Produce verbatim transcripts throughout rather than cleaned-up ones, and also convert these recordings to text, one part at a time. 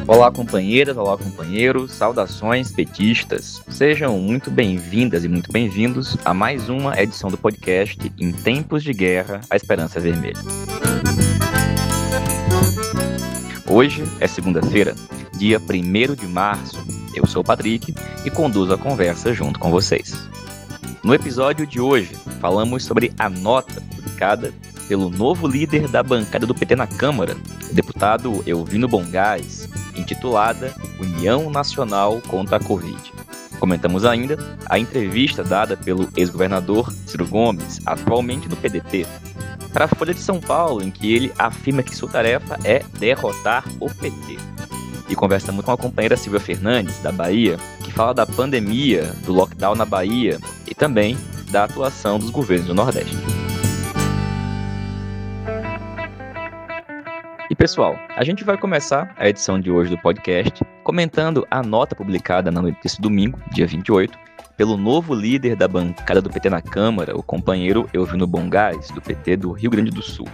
Olá, companheiras, olá, companheiros, saudações petistas. Sejam muito bem-vindas e muito bem-vindos a mais uma edição do podcast Em Tempos de Guerra, a Esperança é Vermelha. Hoje é segunda-feira, dia primeiro de março. Eu sou o Patrick e conduzo a conversa junto com vocês. No episódio de hoje, falamos sobre a nota publicada pelo novo líder da bancada do P T na Câmara, o deputado Elvino Bongás, intitulada União Nacional contra a Covid. Comentamos ainda a entrevista dada pelo ex-governador Ciro Gomes, atualmente do P D T, para a Folha de São Paulo, em que ele afirma que sua tarefa é derrotar o P T. E conversamos com a companheira Silvia Fernandes, da Bahia, que fala da pandemia, do lockdown na Bahia e também da atuação dos governos do Nordeste. E pessoal, a gente vai começar a edição de hoje do podcast comentando a nota publicada na noite desse domingo, dia vinte e oito, pelo novo líder da bancada do P T na Câmara, o companheiro Elvino Bongás, do P T do Rio Grande do Sul.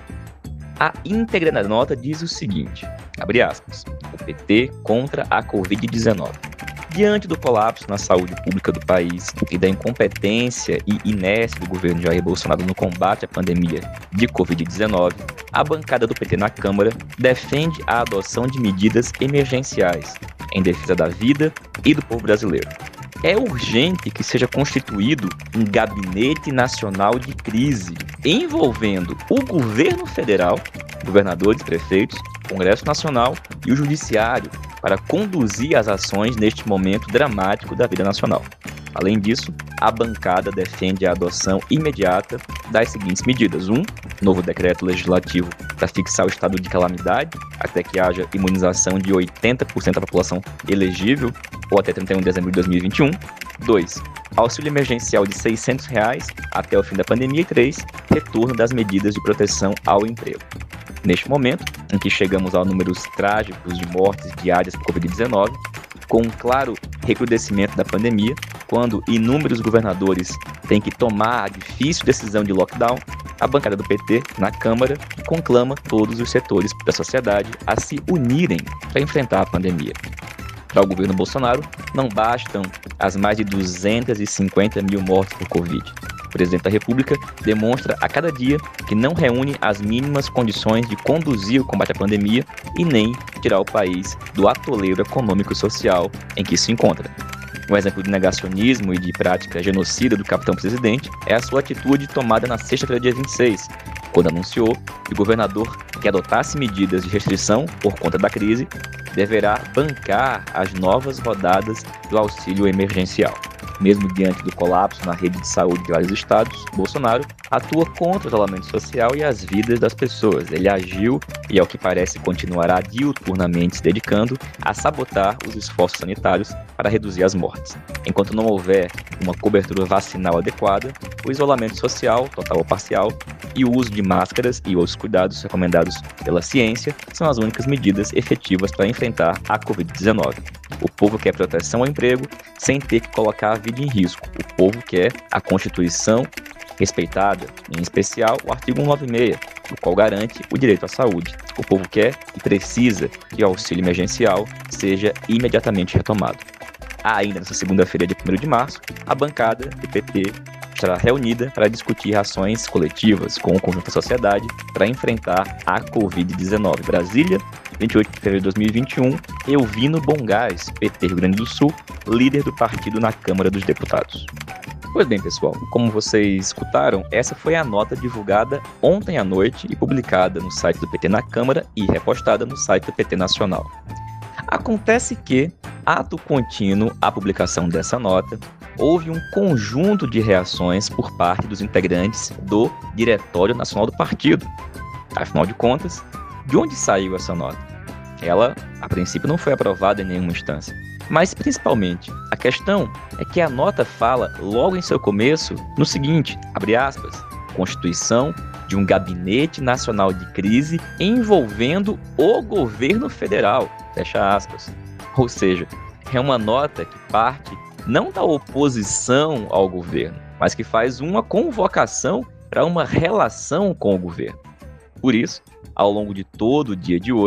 A íntegra da nota diz o seguinte, abre aspas, o P T contra a covid dezenove. Diante do colapso na saúde pública do país e da incompetência e inércia do governo Jair Bolsonaro no combate à pandemia de covid dezenove, a bancada do P T na Câmara defende a adoção de medidas emergenciais em defesa da vida e do povo brasileiro. É urgente que seja constituído um gabinete nacional de crise envolvendo o governo federal, governadores, prefeitos, Congresso Nacional e o Judiciário para conduzir as ações neste momento dramático da vida nacional. Além disso, a bancada defende a adoção imediata das seguintes medidas. Um, novo decreto legislativo para fixar o estado de calamidade até que haja imunização de oitenta por cento da população elegível ou até trinta e um de dezembro de dois mil e vinte e um. Dois, auxílio emergencial de seiscentos reais até o fim da pandemia. E três, retorno das medidas de proteção ao emprego. Neste momento, em que chegamos a números trágicos de mortes diárias por covid dezenove, com um claro recrudescimento da pandemia, quando inúmeros governadores têm que tomar a difícil decisão de lockdown, a bancada do P T na Câmara conclama todos os setores da sociedade a se unirem para enfrentar a pandemia. Para o governo Bolsonaro, não bastam as mais de duzentas e cinquenta mil mortes por Covid. O presidente da República demonstra a cada dia que não reúne as mínimas condições de conduzir o combate à pandemia e nem tirar o país do atoleiro econômico e social em que se encontra. Um exemplo de negacionismo e de prática genocida do capitão presidente é a sua atitude tomada na sexta-feira, dia vinte e seis, quando anunciou que o governador que adotasse medidas de restrição por conta da crise deverá bancar as novas rodadas do auxílio emergencial. Mesmo diante do colapso na rede de saúde de vários estados, Bolsonaro atua contra o isolamento social e as vidas das pessoas. Ele agiu e, ao que parece, continuará diuturnamente se dedicando a sabotar os esforços sanitários para reduzir as mortes. Enquanto não houver uma cobertura vacinal adequada, o isolamento social, total ou parcial, e o uso de máscaras e outros cuidados recomendados pela ciência são as únicas medidas efetivas para enfrentar a covid dezenove. O povo quer proteção ao emprego sem ter que colocar a vida em risco. O povo quer a Constituição respeitada, em especial o artigo cento e noventa e seis, o qual garante o direito à saúde. O povo quer e precisa que o auxílio emergencial seja imediatamente retomado. Ainda nesta segunda-feira, dia primeiro de março, a bancada do P T estará reunida para discutir ações coletivas com o conjunto da sociedade para enfrentar a covid dezenove. Brasília, vinte e oito de fevereiro de dois mil e vinte e um, Elvino Bongás, P T Rio Grande do Sul, líder do partido na Câmara dos Deputados. Pois bem, pessoal, como vocês escutaram, essa foi a nota divulgada ontem à noite e publicada no site do P T na Câmara e repostada no site do P T Nacional. Acontece que, ato contínuo à publicação dessa nota, houve um conjunto de reações por parte dos integrantes do Diretório Nacional do Partido. Afinal de contas, de onde saiu essa nota? Ela, a princípio, não foi aprovada em nenhuma instância. Mas, principalmente, a questão é que a nota fala, logo em seu começo, no seguinte, abre aspas, Constituição de um Gabinete Nacional de Crise envolvendo o governo federal, fecha aspas. Ou seja, é uma nota que parte não da oposição ao governo, mas que faz uma convocação para uma relação com o governo. Por isso, ao longo de todo o dia de hoje,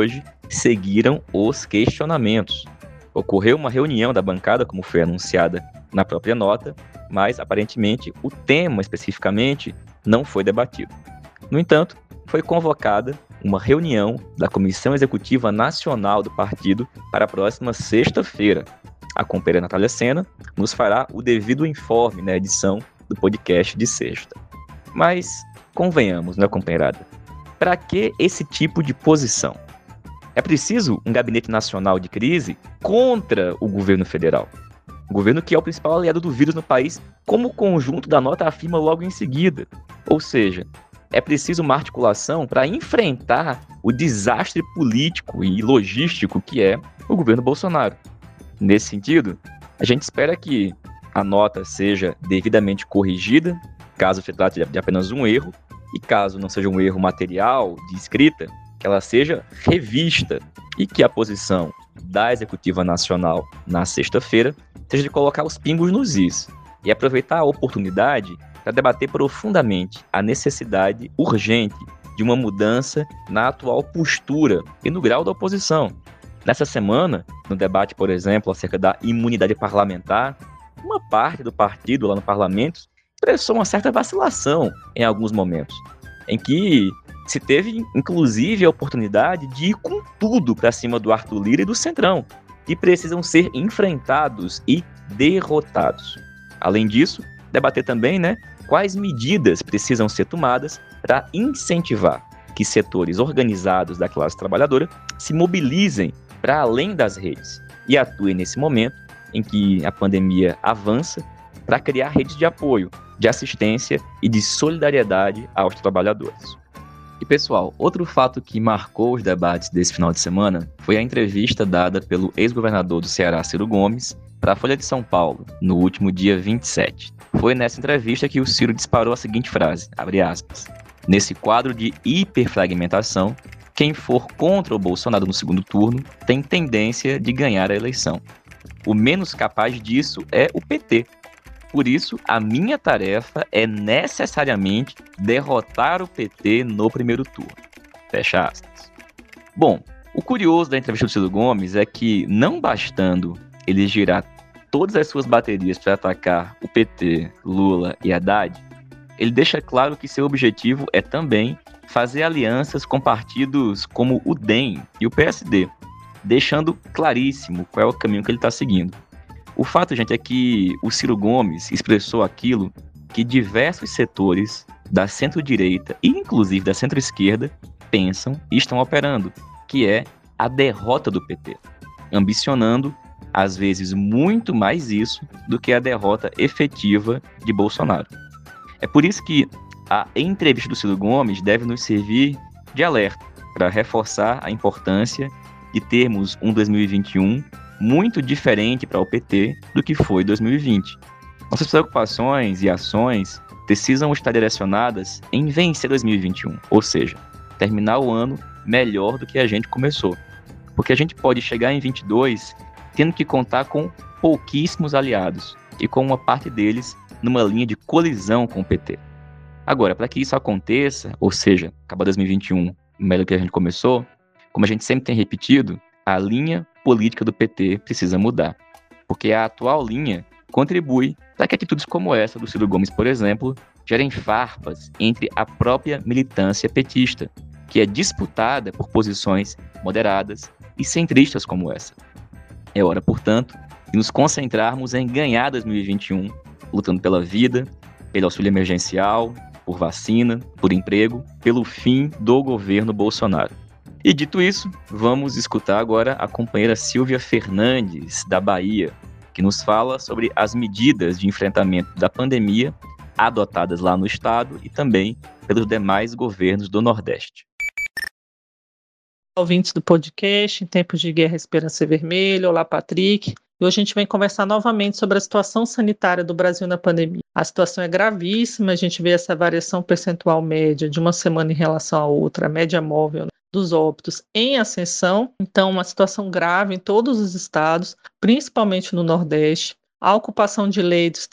seguiram os questionamentos. Ocorreu uma reunião da bancada, como foi anunciada na própria nota, mas aparentemente o tema especificamente não foi debatido. No entanto, foi convocada uma reunião da Comissão Executiva Nacional do partido para a próxima sexta-feira. A companheira Natália Sena nos fará o devido informe na edição do podcast de sexta. Mas, convenhamos, né, companheirada? Para que esse tipo de posição? É preciso um gabinete nacional de crise contra o governo federal. O governo que é o principal aliado do vírus no país, como o conjunto da nota afirma logo em seguida. Ou seja, é preciso uma articulação para enfrentar o desastre político e logístico que é o governo Bolsonaro. Nesse sentido, a gente espera que a nota seja devidamente corrigida, caso se trate de apenas um erro, e caso não seja um erro material de escrita, que ela seja revista e que a posição da Executiva Nacional na sexta-feira seja de colocar os pingos nos is e aproveitar a oportunidade para debater profundamente a necessidade urgente de uma mudança na atual postura e no grau da oposição. Nessa semana, no debate, por exemplo, acerca da imunidade parlamentar, uma parte do partido lá no parlamento expressou uma certa vacilação em alguns momentos, em que se teve, inclusive, a oportunidade de ir com tudo para cima do Arthur Lira e do Centrão, que precisam ser enfrentados e derrotados. Além disso, debater também, né, quais medidas precisam ser tomadas para incentivar que setores organizados da classe trabalhadora se mobilizem para além das redes e atuem nesse momento em que a pandemia avança para criar redes de apoio, de assistência e de solidariedade aos trabalhadores. E pessoal, outro fato que marcou os debates desse final de semana foi a entrevista dada pelo ex-governador do Ceará, Ciro Gomes, para a Folha de São Paulo, no último dia vinte e sete. Foi nessa entrevista que o Ciro disparou a seguinte frase, abre aspas, nesse quadro de hiperfragmentação, quem for contra o Bolsonaro no segundo turno tem tendência de ganhar a eleição. O menos capaz disso é o P T. Por isso, a minha tarefa é necessariamente derrotar o P T no primeiro turno. Fecha aspas. Bom, o curioso da entrevista do Ciro Gomes é que, não bastando ele girar todas as suas baterias para atacar o P T, Lula e Haddad, ele deixa claro que seu objetivo é também fazer alianças com partidos como o D E M e o P S D, deixando claríssimo qual é o caminho que ele está seguindo. O fato, gente, é que o Ciro Gomes expressou aquilo que diversos setores da centro-direita e inclusive da centro-esquerda pensam e estão operando, que é a derrota do P T, ambicionando, às vezes, muito mais isso do que a derrota efetiva de Bolsonaro. É por isso que a entrevista do Ciro Gomes deve nos servir de alerta para reforçar a importância de termos um dois mil e vinte e um muito diferente para o P T do que foi dois mil e vinte. Nossas preocupações e ações precisam estar direcionadas em vencer dois mil e vinte e um, ou seja, terminar o ano melhor do que a gente começou. Porque a gente pode chegar em vinte e dois tendo que contar com pouquíssimos aliados e com uma parte deles numa linha de colisão com o P T. Agora, para que isso aconteça, ou seja, acabar dois mil e vinte e um melhor do que a gente começou, como a gente sempre tem repetido, a linha política do P T precisa mudar, porque a atual linha contribui para que atitudes como essa do Ciro Gomes, por exemplo, gerem farpas entre a própria militância petista, que é disputada por posições moderadas e centristas como essa. É hora, portanto, de nos concentrarmos em ganhar dois mil e vinte e um, lutando pela vida, pelo auxílio emergencial, por vacina, por emprego, pelo fim do governo Bolsonaro. E dito isso, vamos escutar agora a companheira Silvia Fernandes, da Bahia, que nos fala sobre as medidas de enfrentamento da pandemia adotadas lá no estado e também pelos demais governos do Nordeste. Ouvintes do podcast, em tempos de guerra, esperança vermelha. Olá, Patrick. E hoje a gente vem conversar novamente sobre a situação sanitária do Brasil na pandemia. A situação é gravíssima, a gente vê essa variação percentual média de uma semana em relação à outra, a média móvel dos óbitos em ascensão. Então, uma situação grave em todos os estados, principalmente no Nordeste. A ocupação de leitos está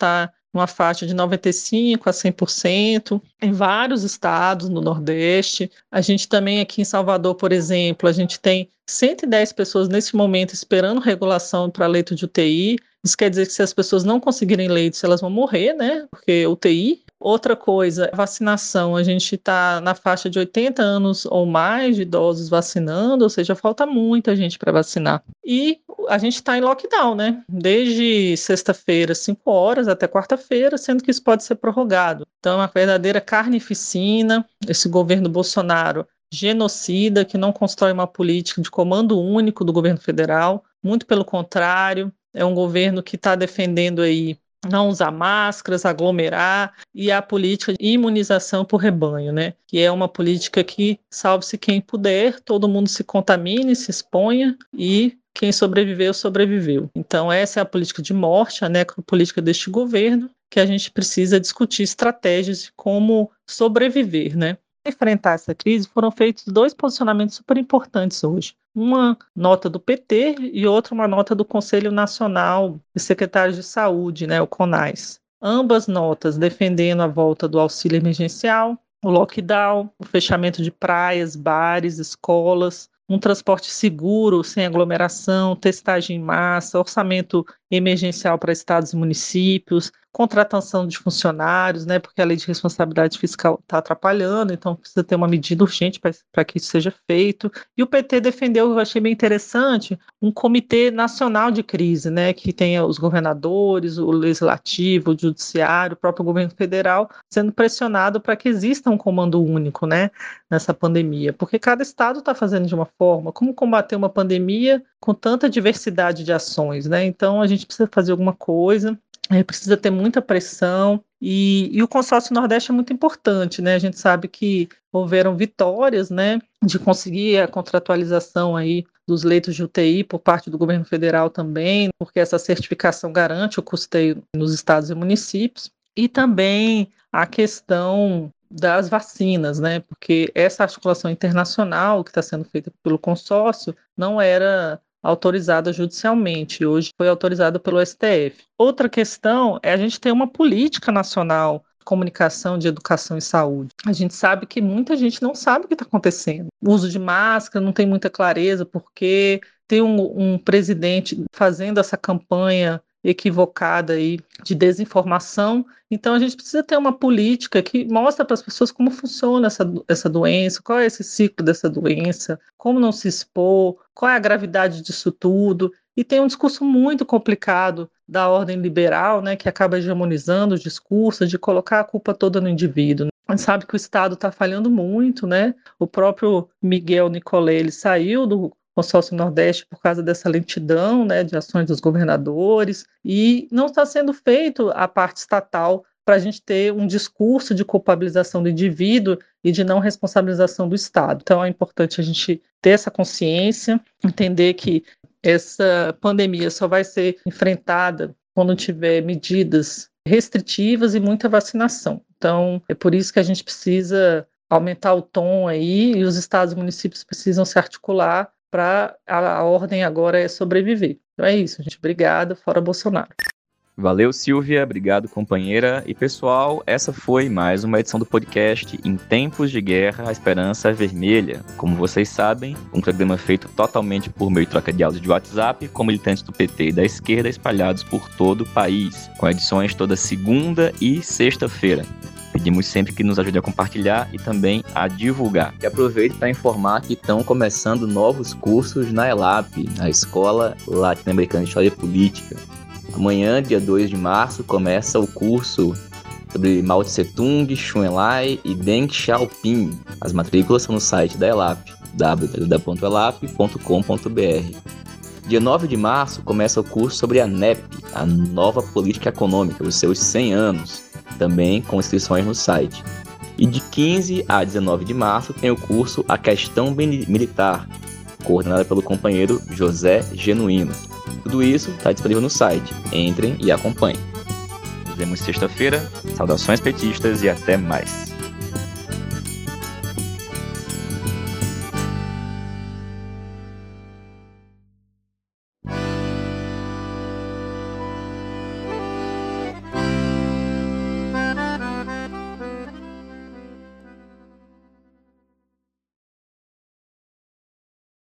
uma faixa de noventa e cinco por cento a cem por cento, em vários estados no Nordeste. A gente também aqui em Salvador, por exemplo, a gente tem cento e dez pessoas nesse momento esperando regulação para leito de U T I. Isso quer dizer que se as pessoas não conseguirem leito, elas vão morrer, né? Porque U T I. Outra coisa, vacinação. A gente está na faixa de oitenta anos ou mais de idosos vacinando, ou seja, falta muita gente para vacinar. E a gente está em lockdown, né? Desde sexta-feira, cinco horas, até quarta-feira, sendo que isso pode ser prorrogado. Então, é uma verdadeira carnificina. Esse governo Bolsonaro genocida, que não constrói uma política de comando único do governo federal. Muito pelo contrário, é um governo que está defendendo aí não usar máscaras, aglomerar, e a política de imunização por rebanho, né? Que é uma política que salve-se quem puder, todo mundo se contamine, se exponha e quem sobreviveu, sobreviveu. Então essa é a política de morte, a necropolítica deste governo, que a gente precisa discutir estratégias de como sobreviver, né? Para enfrentar essa crise, foram feitos dois posicionamentos super importantes hoje. Uma nota do P T e outra uma nota do Conselho Nacional de Secretários de Saúde, né, o CONAS. Ambas notas defendendo a volta do auxílio emergencial, o lockdown, o fechamento de praias, bares, escolas, um transporte seguro, sem aglomeração, testagem em massa, orçamento emergencial para estados e municípios, contratação de funcionários, né, porque a lei de responsabilidade fiscal está atrapalhando, então precisa ter uma medida urgente para que isso seja feito. E o P T defendeu, eu achei bem interessante, um comitê nacional de crise, né, que tenha os governadores, o legislativo, o judiciário, o próprio governo federal sendo pressionado para que exista um comando único, né, nessa pandemia, porque cada estado está fazendo de uma forma. Como combater uma pandemia com tanta diversidade de ações, né? Então a gente precisa fazer alguma coisa. É, precisa ter muita pressão, e, e o consórcio Nordeste é muito importante, né? A gente sabe que houveram vitórias, né, de conseguir a contratualização aí dos leitos de U T I por parte do governo federal também, porque essa certificação garante o custeio nos estados e municípios, e também a questão das vacinas, né? Porque essa articulação internacional que está sendo feita pelo consórcio não era autorizada judicialmente, hoje foi autorizada pelo S T F. Outra questão é a gente ter uma política nacional de comunicação, de educação e saúde. A gente sabe que muita gente não sabe o que está acontecendo. O uso de máscara não tem muita clareza, porque tem um, um presidente fazendo essa campanha equivocada aí de desinformação. Então a gente precisa ter uma política que mostre para as pessoas como funciona essa, essa doença, qual é esse ciclo dessa doença, como não se expor, qual é a gravidade disso tudo. E tem um discurso muito complicado da ordem liberal, né, que acaba hegemonizando os discursos, de colocar a culpa toda no indivíduo. A gente sabe que o Estado está falhando muito, né? O próprio Miguel Nicolé, ele saiu do consórcio Nordeste por causa dessa lentidão, né, de ações dos governadores, e não está sendo feito a parte estatal para a gente ter um discurso de culpabilização do indivíduo e de não responsabilização do Estado. Então é importante a gente ter essa consciência, entender que essa pandemia só vai ser enfrentada quando tiver medidas restritivas e muita vacinação. Então é por isso que a gente precisa aumentar o tom aí, e os estados e municípios precisam se articular para a, a ordem agora é sobreviver. Então é isso, gente. Obrigada. Fora Bolsonaro. Valeu, Silvia. Obrigado, companheira. E, pessoal, essa foi mais uma edição do podcast Em Tempos de Guerra, a Esperança Vermelha. Como vocês sabem, um programa feito totalmente por meio de troca de áudio de WhatsApp, com militantes do P T e da esquerda espalhados por todo o país, com edições toda segunda e sexta-feira. Pedimos sempre que nos ajude a compartilhar e também a divulgar. E aproveito para informar que estão começando novos cursos na ELAP, a Escola Latino-Americana de História Política. Amanhã, dia dois de março, começa o curso sobre Mao Tse Tung, Chou En-lai e Deng Xiaoping. As matrículas são no site da ELAP, w w w ponto elap ponto com ponto b r. Dia nove de março começa o curso sobre a N E P, a Nova Política Econômica, os seus cem anos, também com inscrições no site. E de quinze a dezenove de março tem o curso A Questão Militar, coordenada pelo companheiro José Genuíno. Tudo isso está disponível no site. Entrem e acompanhem. Nos vemos sexta-feira. Saudações petistas e até mais.